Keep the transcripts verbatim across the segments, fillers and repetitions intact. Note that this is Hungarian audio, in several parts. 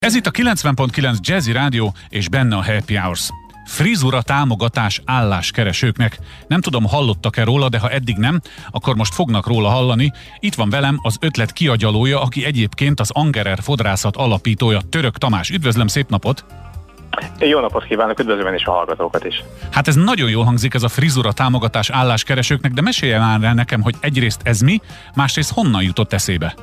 Ez itt a kilencven pont kilenc Jazzy Rádió, és benne a Happy Hours. Frizura támogatás álláskeresőknek. Nem tudom, hallottak-e róla, de ha eddig nem, akkor most fognak róla hallani. Itt van velem az ötlet kiagyalója, aki egyébként az Angerer Fodrászat alapítója, Török Tamás. Üdvözlöm, szép napot! Jó napot kívánok, üdvözlöm is a hallgatókat is. Hát ez nagyon jól hangzik, ez a frizura támogatás álláskeresőknek, de mesélje már el nekem, hogy egyrészt ez mi, másrészt honnan jutott eszébe?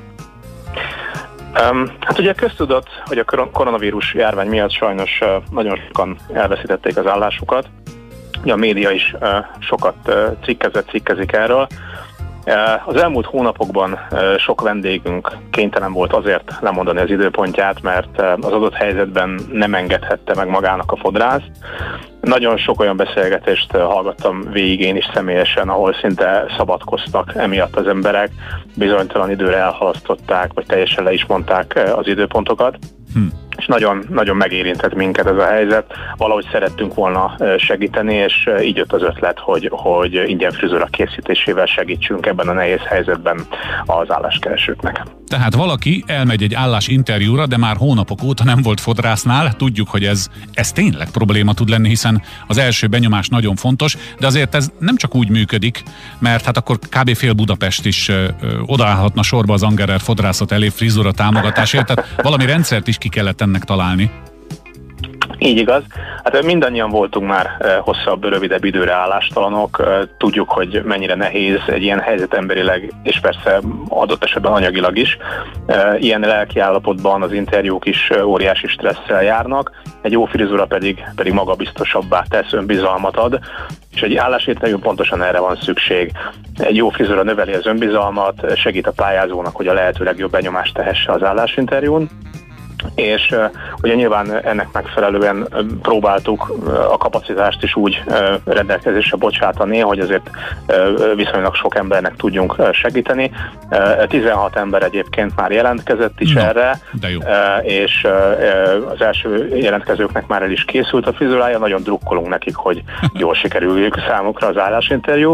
Um, hát ugye köztudott, hogy a koronavírus járvány miatt sajnos uh, nagyon sokan elveszítették az állásukat. Ugye a média is uh, sokat uh, cikkezett, cikkezik erről. Uh, az elmúlt hónapokban uh, sok vendégünk kénytelen volt azért lemondani az időpontját, mert uh, az adott helyzetben nem engedhette meg magának a fodrász. Nagyon sok olyan beszélgetést uh, hallgattam végig én is személyesen, ahol szinte szabadkoztak emiatt az emberek, bizonytalan időre elhalasztották, vagy teljesen le is mondták uh, az időpontokat. Hm. És nagyon, nagyon megérintett minket ez a helyzet. Valahogy szerettünk volna segíteni, és így jött az ötlet, hogy, hogy ingyen frizura készítésével segítsünk ebben a nehéz helyzetben az álláskeresőknek. Tehát valaki elmegy egy állásinterjúra, de már hónapok óta nem volt fodrásznál. Tudjuk, hogy ez, ez tényleg probléma tud lenni, hiszen az első benyomás nagyon fontos, de azért ez nem csak úgy működik, mert hát akkor kb. Fél Budapest is ö, ö, odaállhatna sorba az Angerer Fodrászat elé frizura támogatásért, tehát valami rendszert is ki kellett ennek találni. Így igaz. Hát mindannyian voltunk már hosszabb, rövidebb időre állástalanok. Tudjuk, hogy mennyire nehéz egy ilyen helyzet emberileg, és persze adott esetben anyagilag is. Ilyen lelki állapotban az interjúk is óriási stresszel járnak. Egy jó frizura pedig, pedig magabiztosabbá tesz, önbizalmat ad, és egy állásinterjún pontosan erre van szükség. Egy jó frizura növeli az önbizalmat, segít a pályázónak, hogy a lehető legjobb benyomást tehesse az állásinterjún. És uh, ugye nyilván ennek megfelelően uh, próbáltuk uh, a kapacitást is úgy uh, rendelkezésre bocsátani, hogy azért uh, viszonylag sok embernek tudjunk uh, segíteni. Uh, tizenhat ember egyébként már jelentkezett is no, erre, uh, és uh, az első jelentkezőknek már el is készült a frizurája, nagyon drukkolunk nekik, hogy jól sikerüljük számukra az állásinterjú.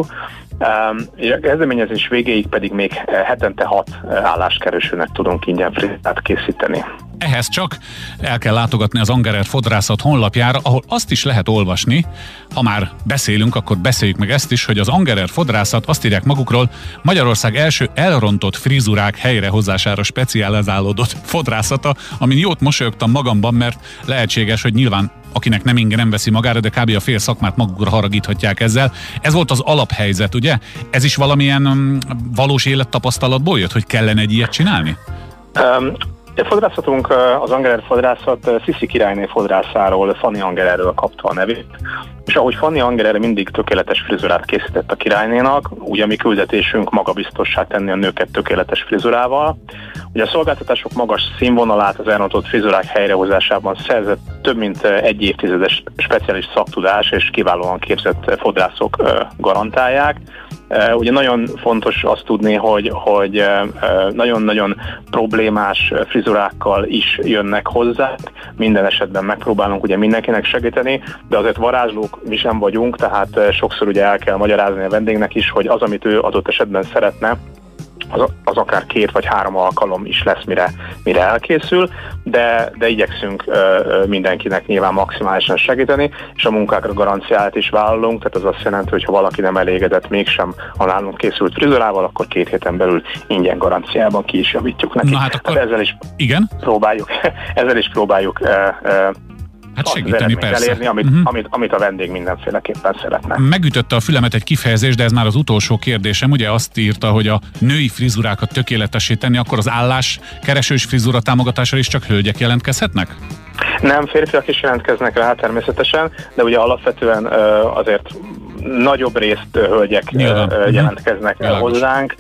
Um, a kezdeményezés végéig pedig még hetente hat álláskeresőnek tudunk ingyen frizurát készíteni. Ehhez csak el kell látogatni az Angerer Fodrászat honlapjára, ahol azt is lehet olvasni, ha már beszélünk, akkor beszéljük meg ezt is, hogy az Angerer Fodrászat, azt írják magukról, Magyarország első elrontott frizurák helyrehozására specializálódott fodrászata, amin jót mosolyogtam magamban, mert lehetséges, hogy nyilván akinek nem inge nem veszi magára, de kb. A fél szakmát magukra haragíthatják ezzel. Ez volt az alaphelyzet, ugye? Ez is valamilyen um, valós élettapasztalatból jött, hogy kellene egy ilyet csinálni? Um. A fodrászatunk, az Angerer Fodrászat Sziszi királyné fodrászáról, Fanny Angererről kapta a nevét, és ahogy Fanny Angerer mindig tökéletes frizurát készített a királynénak, úgy a mi küldetésünk magabiztossá tenni a nőket tökéletes frizurával. Ugye a szolgáltatások magas színvonalát az elrontott frizurák helyrehozásában szerzett több mint egy évtizedes speciális szaktudás és kiválóan képzett fodrászok garantálják. Ugye nagyon fontos azt tudni, hogy, hogy nagyon-nagyon problémás frizurákkal is jönnek hozzá. Minden esetben megpróbálunk ugye mindenkinek segíteni, de azért varázslók mi sem vagyunk, tehát sokszor ugye el kell magyarázni a vendégnek is, hogy az, amit ő adott esetben szeretne, Az, az akár két vagy három alkalom is lesz, mire, mire elkészül, de, de igyekszünk ö, mindenkinek nyilván maximálisan segíteni, és a munkákra garanciát is vállalunk, tehát az azt jelenti, hogy ha valaki nem elégedett mégsem a nálunk készült frizurával, akkor két héten belül ingyen garanciában ki is javítjuk neki. Na hát akkor... hát ezzel is igen? próbáljuk, ezzel is próbáljuk ö, ö, Hát segíteni persze. Elérni, amit, uh-huh. amit, amit a vendég mindenféleképpen szeretne. Megütötte a fülemet egy kifejezés, de ez már az utolsó kérdésem. Ugye azt írta, hogy a női frizurákat tökéletessé tenni, akkor az álláskeresős frizura támogatásra is csak hölgyek jelentkezhetnek? Nem, férfiak is jelentkeznek rá természetesen, de ugye alapvetően azért nagyobb részt hölgyek Nyilván. jelentkeznek uh-huh. hozzánk.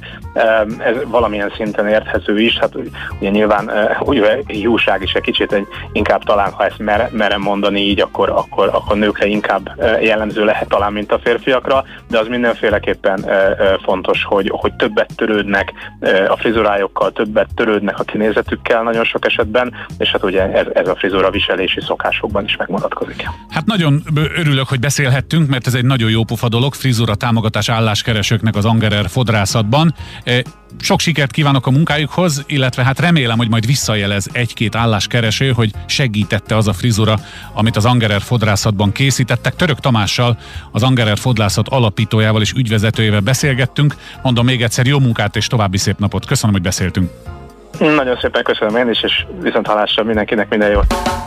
Ez valamilyen szinten érthető is. Hát ugye nyilván ugye hiúság is egy kicsit, egy, inkább talán, ha ezt mer, merem mondani így, akkor, akkor, akkor nőkre inkább jellemző lehet talán, mint a férfiakra, de az mindenféleképpen fontos, hogy, hogy többet törődnek a frizurájukkal, többet törődnek a kinézetükkel nagyon sok esetben, és hát ugye ez, ez a frizura viselési szokásokban is megmutatkozik. Hát nagyon örülök, hogy beszélhettünk, mert ez egy nagyon jó jópofa dolog, frizura támogatás álláskeresőknek az Angerer fodrászatban. Sok sikert kívánok a munkájukhoz, illetve hát remélem, hogy majd visszajelez egy-két álláskereső, hogy segítette az a frizura, amit az Angerer fodrászatban készítettek. Török Tamással, az Angerer fodrászat alapítójával és ügyvezetőjével beszélgettünk. Mondom még egyszer, jó munkát és további szép napot. Köszönöm, hogy beszéltünk. Nagyon szépen köszönöm én is, és viszont hallásra mindenkinek minden jót.